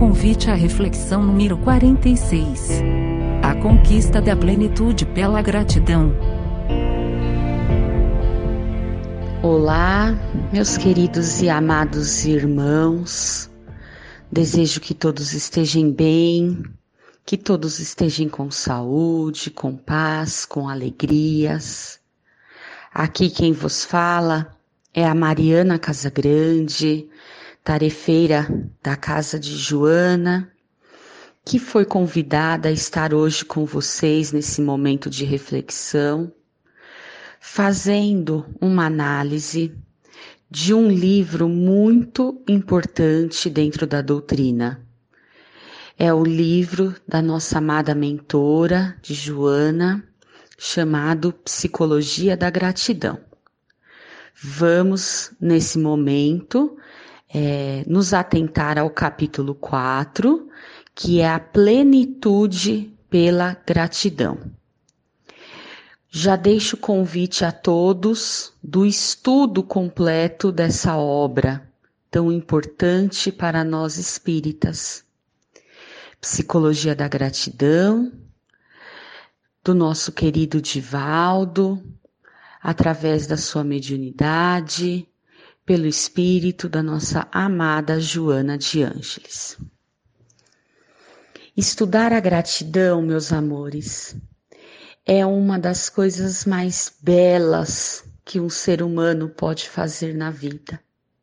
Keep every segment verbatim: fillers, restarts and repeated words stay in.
convite à reflexão número quarenta e seis. A conquista da plenitude pela gratidão. Olá, meus queridos e amados irmãos. Desejo que todos estejam bem, que todos estejam com saúde, com paz, com alegrias. Aqui quem vos fala é a Mariana Casagrande, tarefeira da casa de Joana, que foi convidada a estar hoje com vocês nesse momento de reflexão, fazendo uma análise de um livro muito importante dentro da doutrina. É o livro da nossa amada mentora de Joana, chamado Psicologia da Gratidão. Vamos, nesse momento, é, nos atentar ao capítulo quatro, que é a plenitude pela gratidão. Já deixo o convite a todos do estudo completo dessa obra, tão importante para nós espíritas. Psicologia da Gratidão, do nosso querido Divaldo, através da sua mediunidade, pelo espírito da nossa amada Joana de Ângeles. Estudar a gratidão, meus amores, é uma das coisas mais belas que um ser humano pode fazer na vida.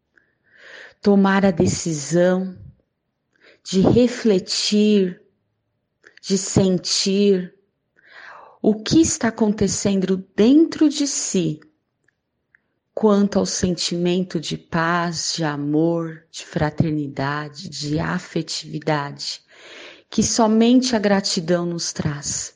Tomar a decisão de refletir, de sentir o que está acontecendo dentro de si, quanto ao sentimento de paz, de amor, de fraternidade, de afetividade, que somente a gratidão nos traz.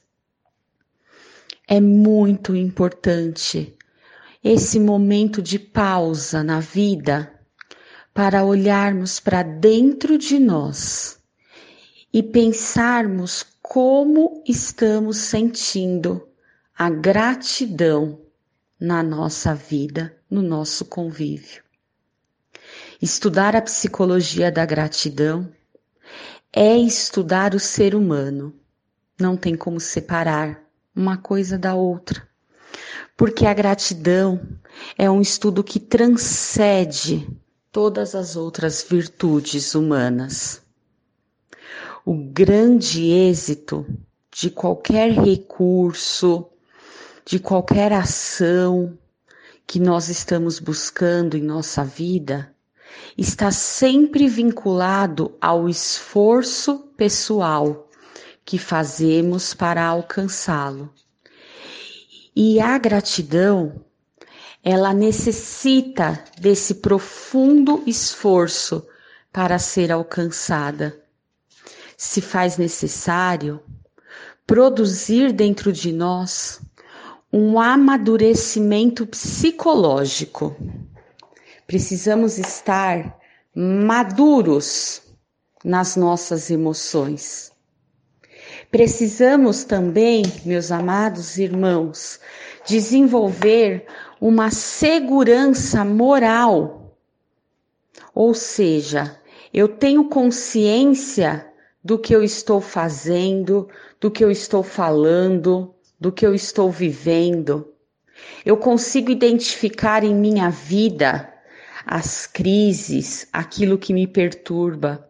É muito importante esse momento de pausa na vida para olharmos para dentro de nós e pensarmos como estamos sentindo a gratidão na nossa vida, no nosso convívio. Estudar a psicologia da gratidão é estudar o ser humano. Não tem como separar uma coisa da outra, porque a gratidão é um estudo que transcende todas as outras virtudes humanas. O grande êxito de qualquer recurso, de qualquer ação que nós estamos buscando em nossa vida, está sempre vinculado ao esforço pessoal que fazemos para alcançá-lo. E a gratidão, ela necessita desse profundo esforço para ser alcançada. Se faz necessário produzir dentro de nós um amadurecimento psicológico. Precisamos estar maduros nas nossas emoções. Precisamos também, meus amados irmãos, desenvolver uma segurança moral. Ou seja, eu tenho consciência do que eu estou fazendo, do que eu estou falando, do que eu estou vivendo. Eu consigo identificar em minha vida as crises, aquilo que me perturba.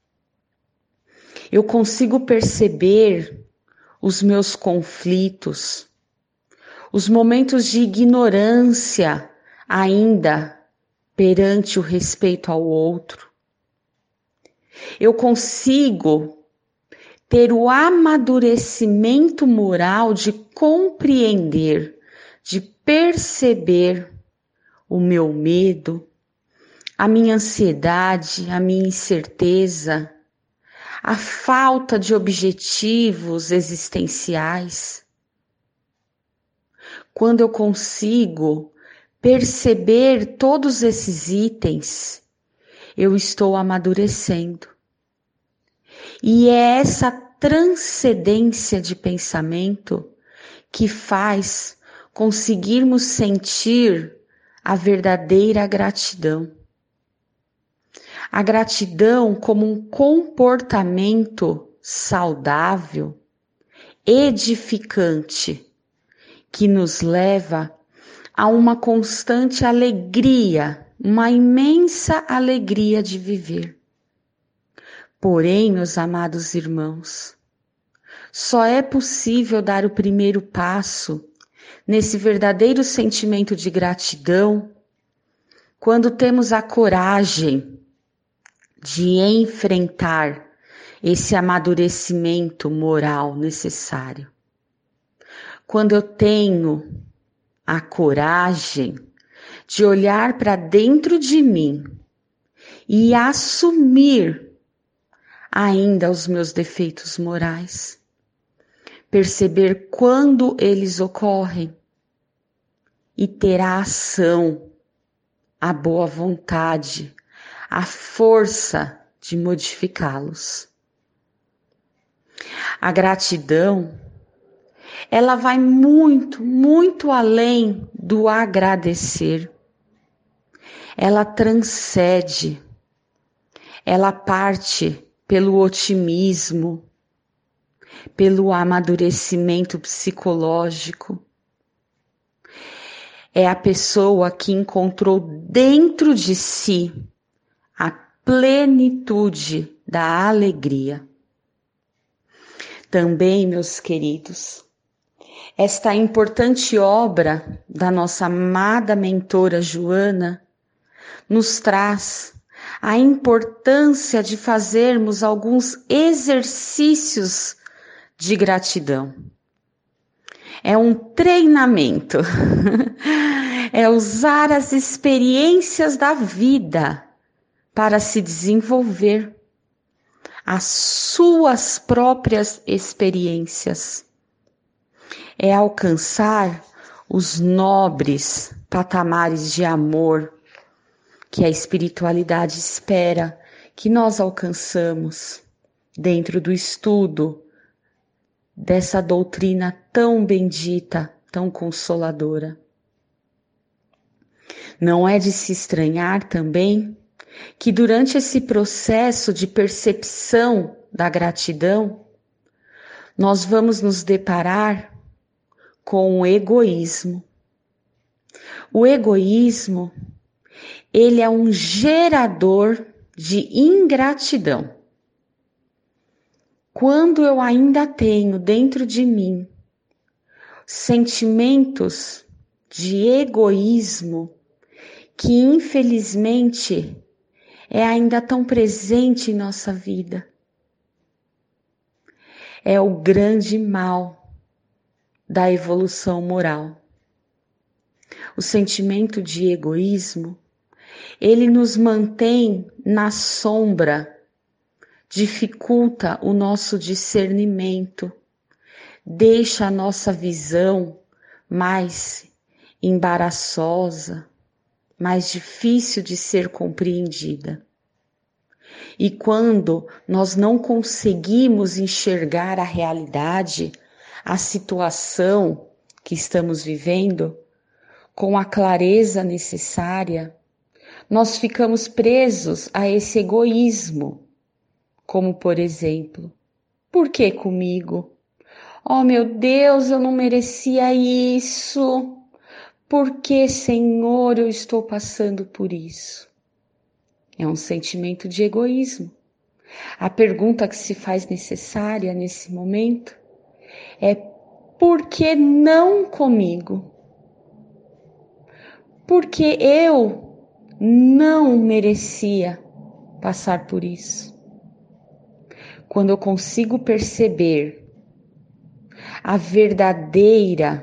Eu consigo perceber os meus conflitos, os momentos de ignorância ainda perante o respeito ao outro. Eu consigo ter o amadurecimento moral de compreender, de perceber o meu medo, a minha ansiedade, a minha incerteza, a falta de objetivos existenciais. Quando eu consigo perceber todos esses itens, eu estou amadurecendo. E é essa transcendência de pensamento que faz conseguirmos sentir a verdadeira gratidão. A gratidão como um comportamento saudável, edificante, que nos leva a uma constante alegria, uma imensa alegria de viver. Porém, meus amados irmãos, só é possível dar o primeiro passo nesse verdadeiro sentimento de gratidão quando temos a coragem de enfrentar esse amadurecimento moral necessário. Quando eu tenho a coragem de olhar para dentro de mim e assumir ainda os meus defeitos morais, perceber quando eles ocorrem e ter a ação, a boa vontade, a força de modificá-los. A gratidão, ela vai muito, muito além do agradecer. Ela transcende, ela parte pelo otimismo, pelo amadurecimento psicológico. É a pessoa que encontrou dentro de si a plenitude da alegria. Também, meus queridos, esta importante obra da nossa amada mentora Joana nos traz a importância de fazermos alguns exercícios de gratidão. É um treinamento, é usar as experiências da vida para se desenvolver as suas próprias experiências. É alcançar os nobres patamares de amor que a espiritualidade espera que nós alcançamos dentro do estudo dessa doutrina tão bendita, tão consoladora. Não é de se estranhar também que durante esse processo de percepção da gratidão, nós vamos nos deparar com o egoísmo. O egoísmo, ele é um gerador de ingratidão. Quando eu ainda tenho dentro de mim sentimentos de egoísmo, que infelizmente é ainda tão presente em nossa vida, é o grande mal da evolução moral. O sentimento de egoísmo, ele nos mantém na sombra, dificulta o nosso discernimento, deixa a nossa visão mais embaraçosa, mais difícil de ser compreendida. E quando nós não conseguimos enxergar a realidade, a situação que estamos vivendo, com a clareza necessária, nós ficamos presos a esse egoísmo, como por exemplo, por que comigo? Oh meu Deus, eu não merecia isso. Por que, Senhor, eu estou passando por isso? É um sentimento de egoísmo. A pergunta que se faz necessária nesse momento é: por que não comigo? Porque eu não merecia passar por isso. Quando eu consigo perceber a verdadeira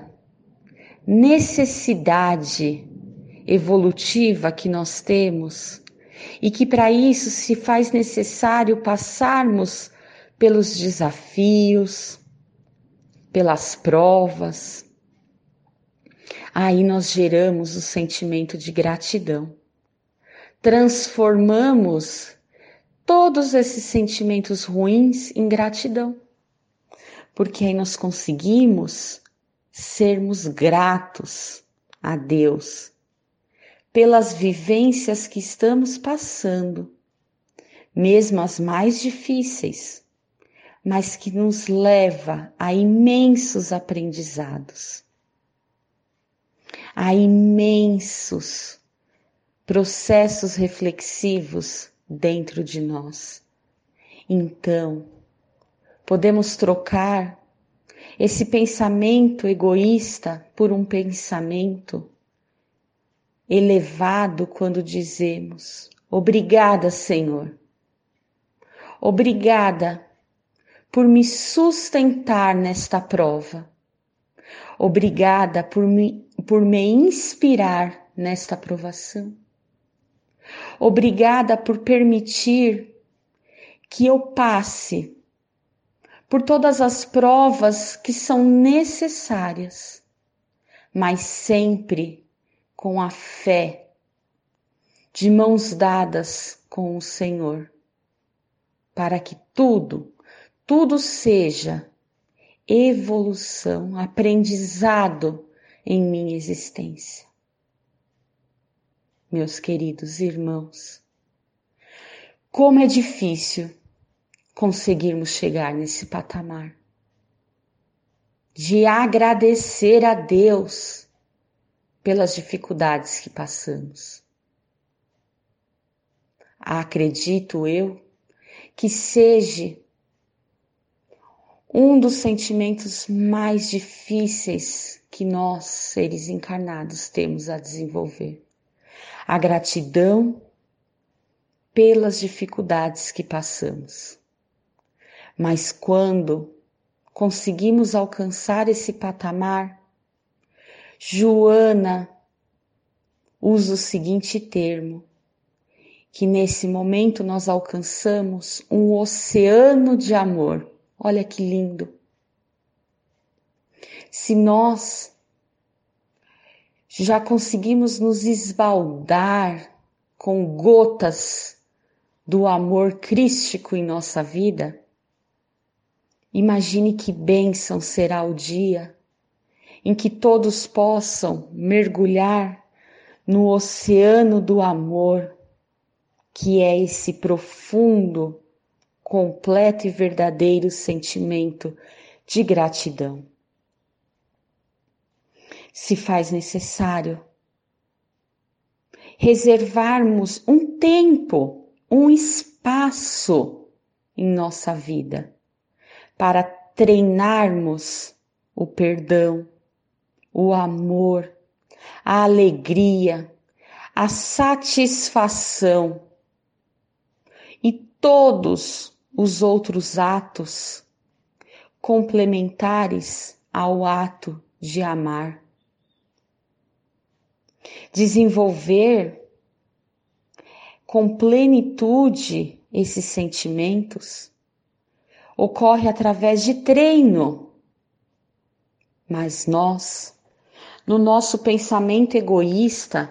necessidade evolutiva que nós temos, e que para isso se faz necessário passarmos pelos desafios, pelas provas, aí nós geramos o sentimento de gratidão. Transformamos todos esses sentimentos ruins em gratidão, porque aí nós conseguimos sermos gratos a Deus pelas vivências que estamos passando mesmo as mais difíceis, mas que nos leva a imensos aprendizados, a imensos processos reflexivos dentro de nós. Então, podemos trocar esse pensamento egoísta por um pensamento elevado quando dizemos: obrigada, Senhor. Obrigada por me sustentar nesta prova. Obrigada por me, por me inspirar nesta provação. Obrigada por permitir que eu passe por todas as provas que são necessárias, mas sempre com a fé, de mãos dadas com o Senhor, para que tudo, tudo seja evolução, aprendizado em minha existência. Meus queridos irmãos, como é difícil conseguirmos chegar nesse patamar de agradecer a Deus pelas dificuldades que passamos. Acredito eu que seja um dos sentimentos mais difíceis que nós, seres encarnados, temos a desenvolver. A gratidão pelas dificuldades que passamos. Mas quando conseguimos alcançar esse patamar, Joana usa o seguinte termo, que nesse momento nós alcançamos um oceano de amor. Olha que lindo! Se nós já conseguimos nos esbaldar com gotas do amor crístico em nossa vida, imagine que bênção será o dia em que todos possam mergulhar no oceano do amor, que é esse profundo, completo e verdadeiro sentimento de gratidão. Se faz necessário reservarmos um tempo, um espaço em nossa vida para treinarmos o perdão, o amor, a alegria, a satisfação e todos os outros atos complementares ao ato de amar. Desenvolver com plenitude esses sentimentos ocorre através de treino, mas nós, no nosso pensamento egoísta,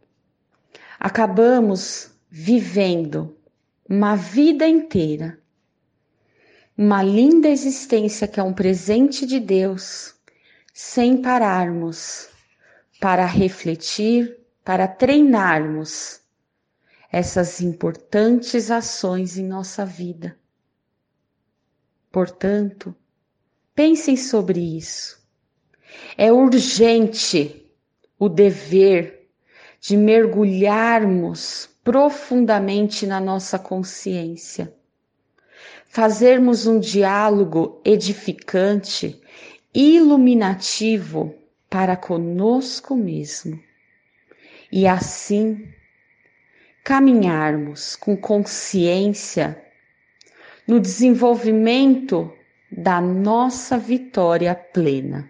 acabamos vivendo uma vida inteira, uma linda existência que é um presente de Deus, sem pararmos para refletir, para treinarmos essas importantes ações em nossa vida. Portanto, pensem sobre isso. É urgente o dever de mergulharmos profundamente na nossa consciência, fazermos um diálogo edificante, iluminativo para conosco mesmo, e assim caminharmos com consciência no desenvolvimento da nossa vitória plena.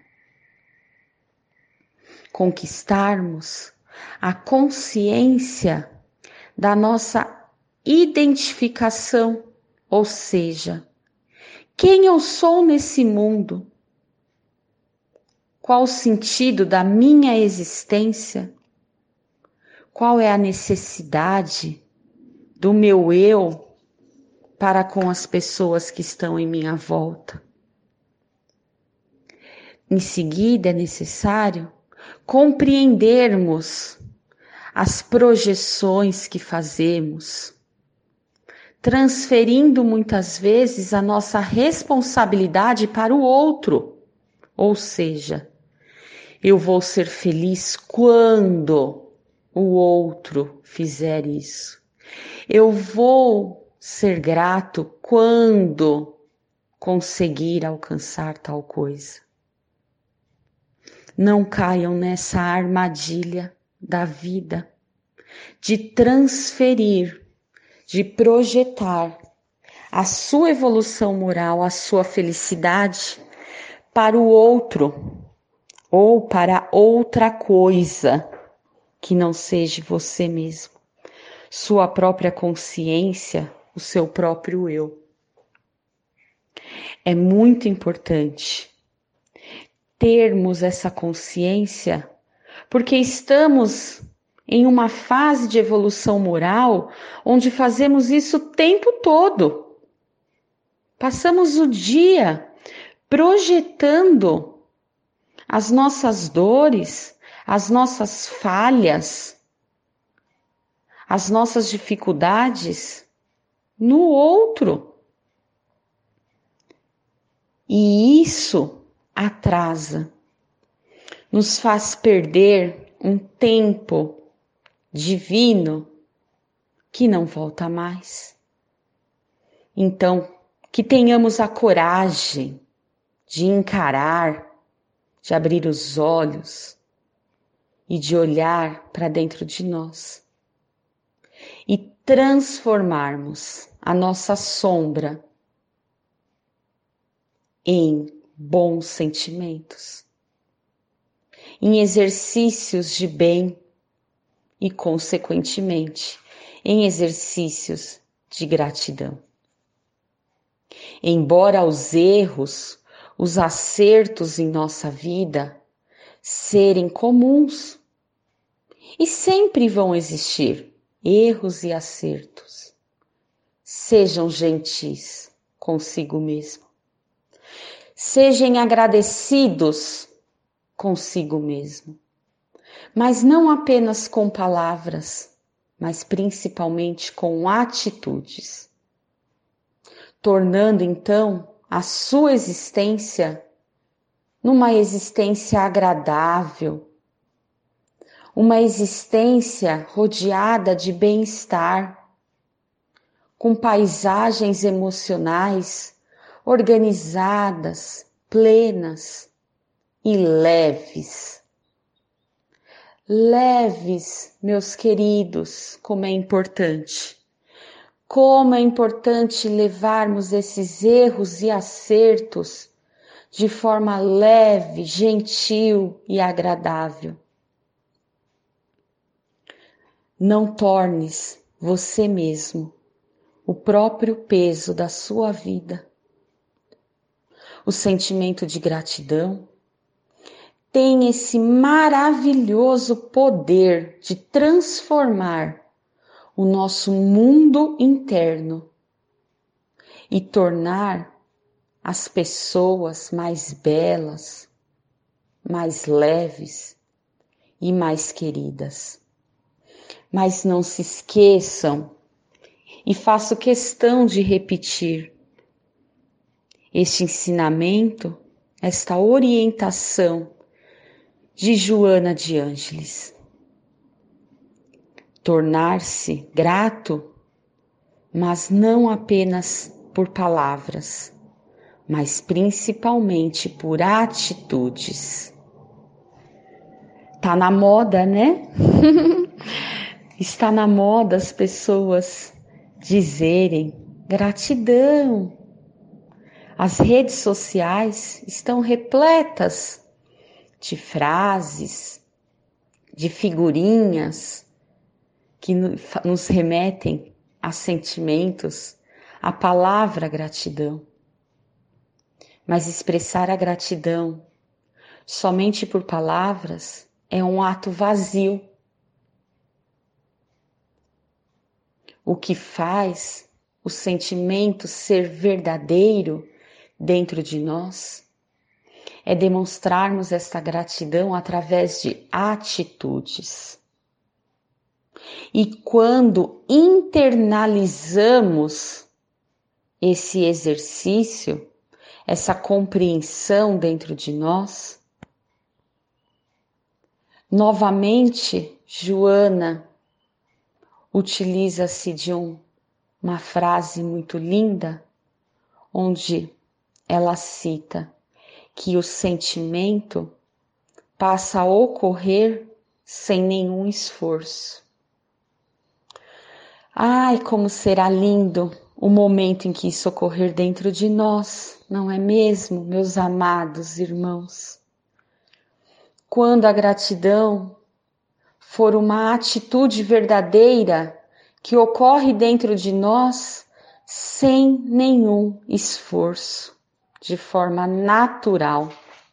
Conquistarmos a consciência da nossa identificação, ou seja, quem eu sou nesse mundo, qual o sentido da minha existência, qual é a necessidade do meu eu para com as pessoas que estão em minha volta. Em seguida, é necessário compreendermos as projeções que fazemos, transferindo muitas vezes a nossa responsabilidade para o outro. Ou seja, eu vou ser feliz quando o outro fizer isso. Eu vou ser grato quando conseguir alcançar tal coisa. Não caiam nessa armadilha da vida de transferir, de projetar a sua evolução moral, a sua felicidade para o outro ou para outra coisa que não seja você mesmo, sua própria consciência, o seu próprio eu. É muito importante termos essa consciência, porque estamos em uma fase de evolução moral onde fazemos isso o tempo todo. Passamos o dia projetando as nossas dores, as nossas falhas, as nossas dificuldades no outro. E isso atrasa, nos faz perder um tempo divino que não volta mais. Então, que tenhamos a coragem de encarar, de abrir os olhos e de olhar para dentro de nós e transformarmos a nossa sombra em bons sentimentos, em exercícios de bem e, consequentemente, em exercícios de gratidão. Embora os erros, os acertos em nossa vida serem comuns e sempre vão existir erros e acertos, sejam gentis consigo mesmo. Sejam agradecidos consigo mesmo, mas não apenas com palavras, mas principalmente com atitudes, tornando então a sua existência numa existência agradável, uma existência rodeada de bem-estar, com paisagens emocionais organizadas, plenas e leves. Leves, meus queridos, como é importante. Como é importante levarmos esses erros e acertos de forma leve, gentil e agradável. Não tornes você mesmo o próprio peso da sua vida. O sentimento de gratidão tem esse maravilhoso poder de transformar o nosso mundo interno e tornar as pessoas mais belas, mais leves e mais queridas. Mas não se esqueçam, e faço questão de repetir, este ensinamento, esta orientação de Joana de Ângeles. Tornar-se grato, mas não apenas por palavras, mas principalmente por atitudes. Tá na moda, né? Está na moda as pessoas dizerem gratidão. As redes sociais estão repletas de frases, de figurinhas que nos remetem a sentimentos, a palavra gratidão. Mas expressar a gratidão somente por palavras é um ato vazio. O que faz o sentimento ser verdadeiro dentro de nós é demonstrarmos esta gratidão através de atitudes. E quando internalizamos esse exercício, essa compreensão dentro de nós, novamente, Joana utiliza-se de um, uma frase muito linda, onde ela cita que o sentimento passa a ocorrer sem nenhum esforço. Ai, como será lindo o momento em que isso ocorrer dentro de nós, não é mesmo, meus amados irmãos? Quando a gratidão for uma atitude verdadeira que ocorre dentro de nós sem nenhum esforço, de forma natural.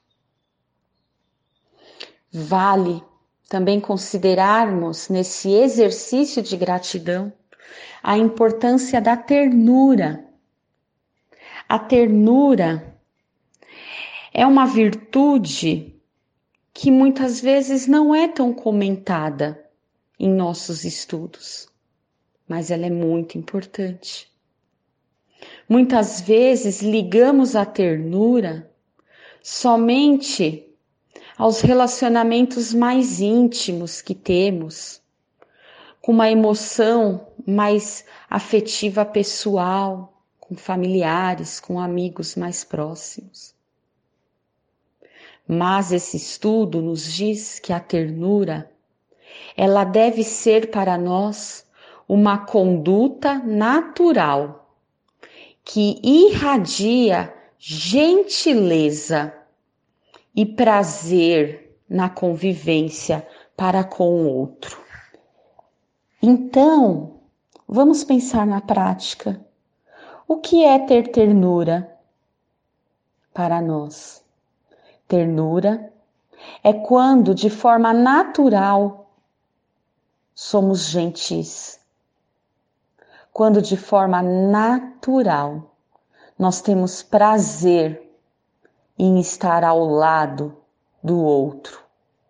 Vale também considerarmos nesse exercício de gratidão a importância da ternura. A ternura é uma virtude que muitas vezes não é tão comentada em nossos estudos, mas ela é muito importante. Muitas vezes ligamos a ternura somente aos relacionamentos mais íntimos que temos, com uma emoção mais afetiva pessoal, com familiares, com amigos mais próximos. Mas esse estudo nos diz que a ternura, ela deve ser para nós uma conduta natural, que irradia gentileza e prazer na convivência para com o outro. Então, vamos pensar na prática. O que é ter ternura para nós? Ternura é quando, de forma natural, somos gentis. Quando, de forma natural, nós temos prazer em estar ao lado do outro,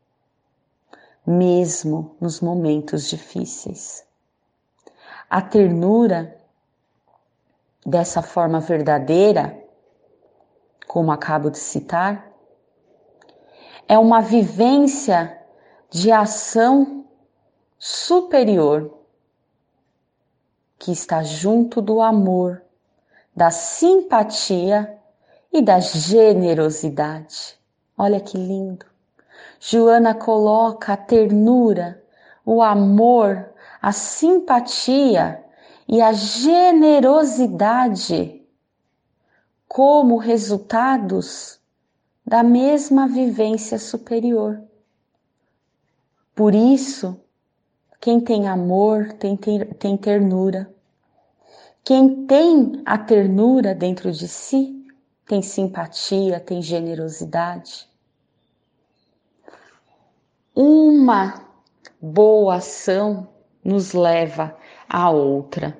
mesmo nos momentos difíceis. A ternura, dessa forma verdadeira, como acabo de citar, é uma vivência de ação superior que está junto do amor, da simpatia e da generosidade. Olha que lindo! Joana coloca a ternura, o amor, a simpatia e a generosidade como resultados da mesma vivência superior. Por isso, quem tem amor tem, tem ternura. Quem tem a ternura dentro de si, tem simpatia, tem generosidade. Uma boa ação nos leva a outra.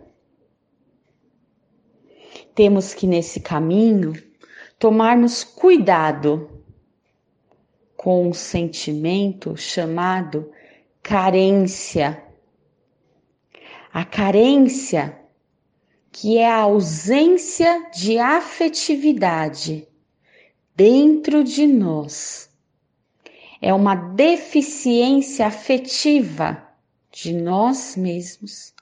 Temos que, nesse caminho, tomarmos cuidado com um sentimento chamado carência. A carência, que é a ausência de afetividade dentro de nós, é uma deficiência afetiva de nós mesmos,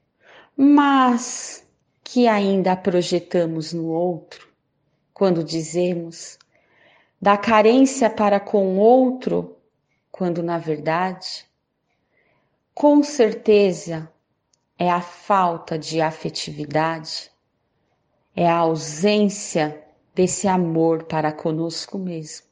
mas que ainda projetamos no outro, quando dizemos da carência para com o outro, quando na verdade, com certeza, é a falta de afetividade, é a ausência desse amor para conosco mesmo.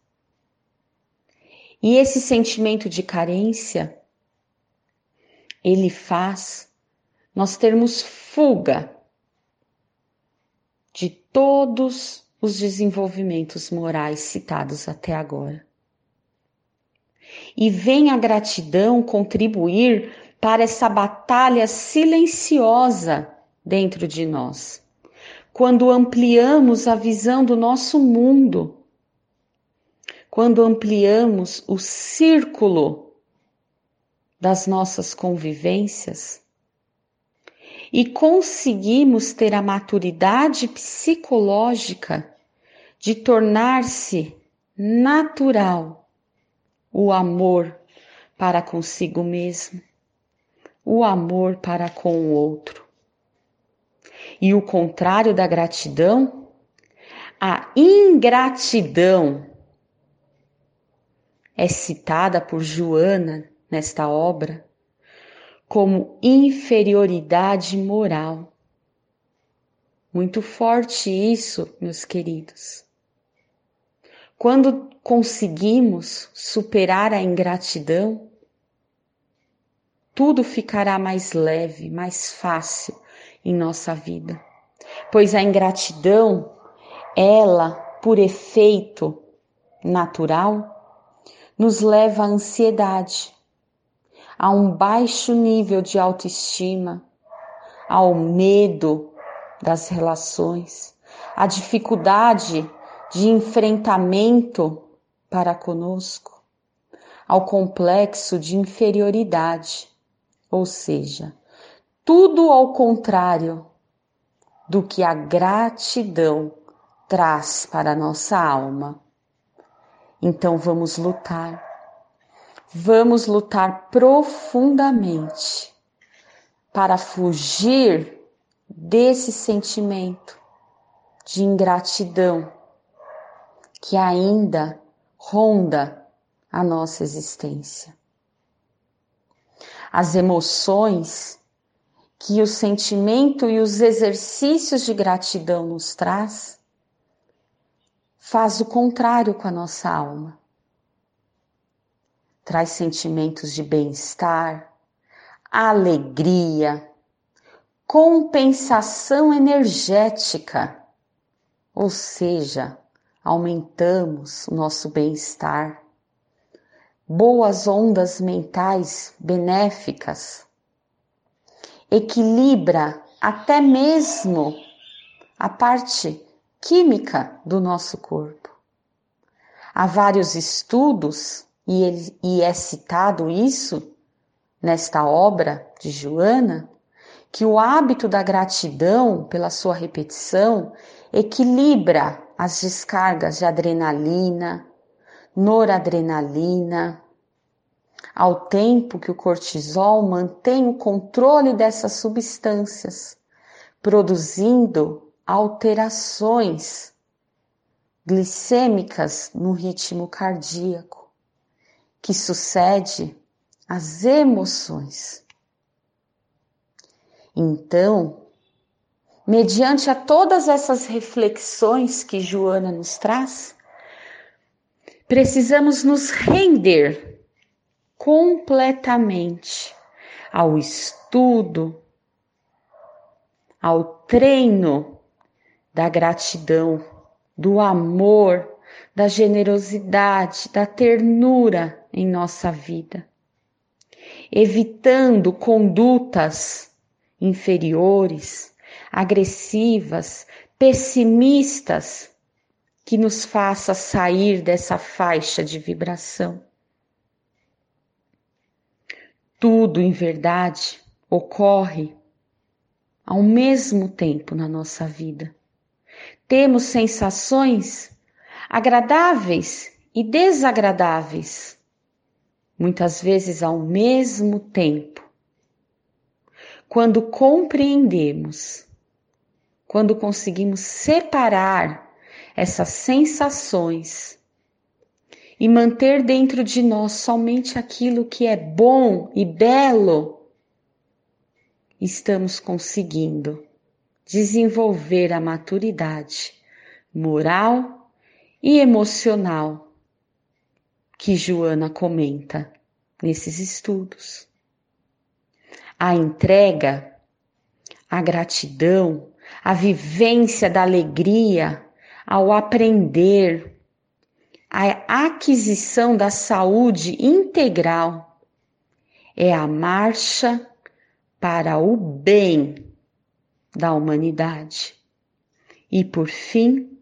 E esse sentimento de carência, ele faz nós termos fuga de todos os desenvolvimentos morais citados até agora. E vem a gratidão contribuir para essa batalha silenciosa dentro de nós, quando ampliamos a visão do nosso mundo, quando ampliamos o círculo das nossas convivências e conseguimos ter a maturidade psicológica de tornar-se natural o amor para consigo mesmo, o amor para com o outro. E o contrário da gratidão, a ingratidão, é citada por Joana nesta obra como inferioridade moral. Muito forte isso, meus queridos. Quando conseguimos superar a ingratidão, tudo ficará mais leve, mais fácil em nossa vida. Pois a ingratidão, ela, por efeito natural, nos leva à ansiedade, a um baixo nível de autoestima, ao medo das relações, à dificuldade de enfrentamento para conosco, ao complexo de inferioridade, ou seja, tudo ao contrário do que a gratidão traz para a nossa alma. Então vamos lutar, vamos lutar profundamente para fugir desse sentimento de ingratidão que ainda ronda a nossa existência. As emoções que o sentimento e os exercícios de gratidão nos traz, faz o contrário com a nossa alma. Traz sentimentos de bem-estar, alegria, compensação energética, ou seja, aumentamos o nosso bem-estar, boas ondas mentais benéficas, equilibra até mesmo a parte química do nosso corpo. Há vários estudos, e, ele, e é citado isso nesta obra de Joana, que o hábito da gratidão, pela sua repetição, equilibra as descargas de adrenalina, noradrenalina, ao tempo que o cortisol mantém o controle dessas substâncias, produzindo alterações glicêmicas no ritmo cardíaco, que sucede às emoções. Então, mediante a todas essas reflexões que Joana nos traz, precisamos nos render completamente ao estudo, ao treino da gratidão, do amor, da generosidade, da ternura em nossa vida, evitando condutas inferiores, agressivas, pessimistas, que nos faça sair dessa faixa de vibração. Tudo, em verdade, ocorre ao mesmo tempo na nossa vida. Temos sensações agradáveis e desagradáveis, muitas vezes ao mesmo tempo. Quando compreendemos, quando conseguimos separar essas sensações e manter dentro de nós somente aquilo que é bom e belo, estamos conseguindo desenvolver a maturidade moral e emocional que Joana comenta nesses estudos. A entrega, a gratidão, a vivência da alegria ao aprender, a aquisição da saúde integral é a marcha para o bem da humanidade. E por fim,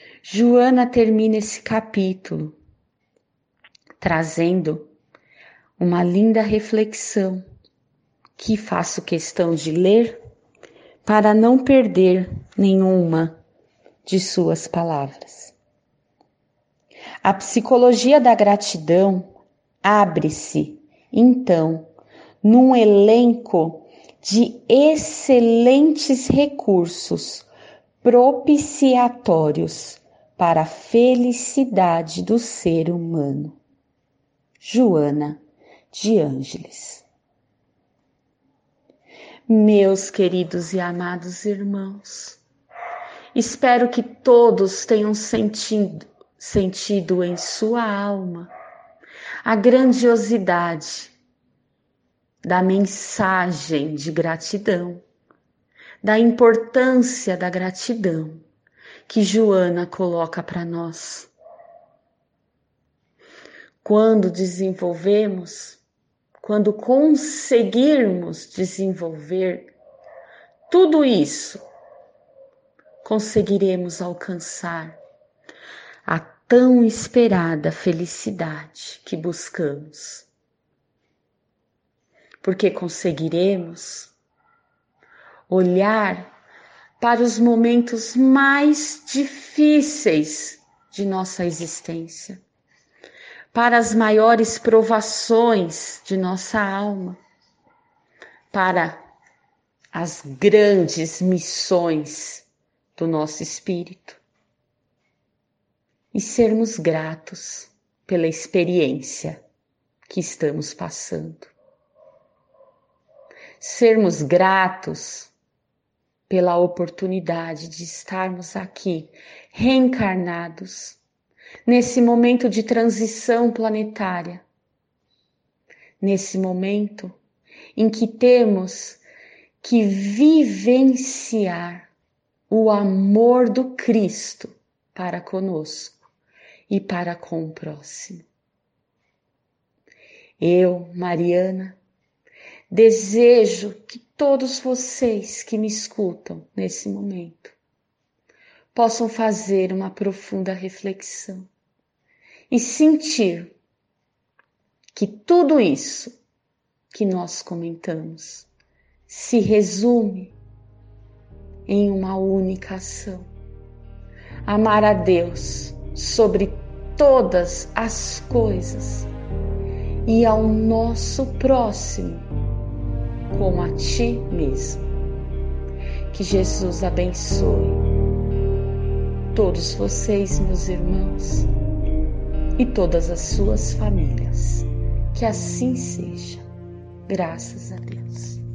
Joana termina esse capítulo trazendo uma linda reflexão que faço questão de ler para não perder nenhuma de suas palavras. A psicologia da gratidão abre-se, então, num elenco de excelentes recursos propiciatórios para a felicidade do ser humano. Joana de Ângeles. Meus queridos e amados irmãos, espero que todos tenham sentido, sentido em sua alma a grandiosidade da mensagem de gratidão, da importância da gratidão que Joana coloca para nós. Quando desenvolvemos, quando conseguirmos desenvolver tudo isso, conseguiremos alcançar a tão esperada felicidade que buscamos. Porque conseguiremos olhar para os momentos mais difíceis de nossa existência, para as maiores provações de nossa alma, para as grandes missões do nosso espírito e sermos gratos pela experiência que estamos passando. Sermos gratos pela oportunidade de estarmos aqui reencarnados nesse momento de transição planetária, nesse momento em que temos que vivenciar o amor do Cristo para conosco e para com o próximo. Eu, Mariana, desejo que todos vocês que me escutam nesse momento possam fazer uma profunda reflexão e sentir que tudo isso que nós comentamos se resume em uma única ação: amar a Deus sobre todas as coisas e ao nosso próximo como a ti mesmo. Que Jesus abençoe todos vocês, meus irmãos, e todas as suas famílias. Que assim seja. Graças a Deus.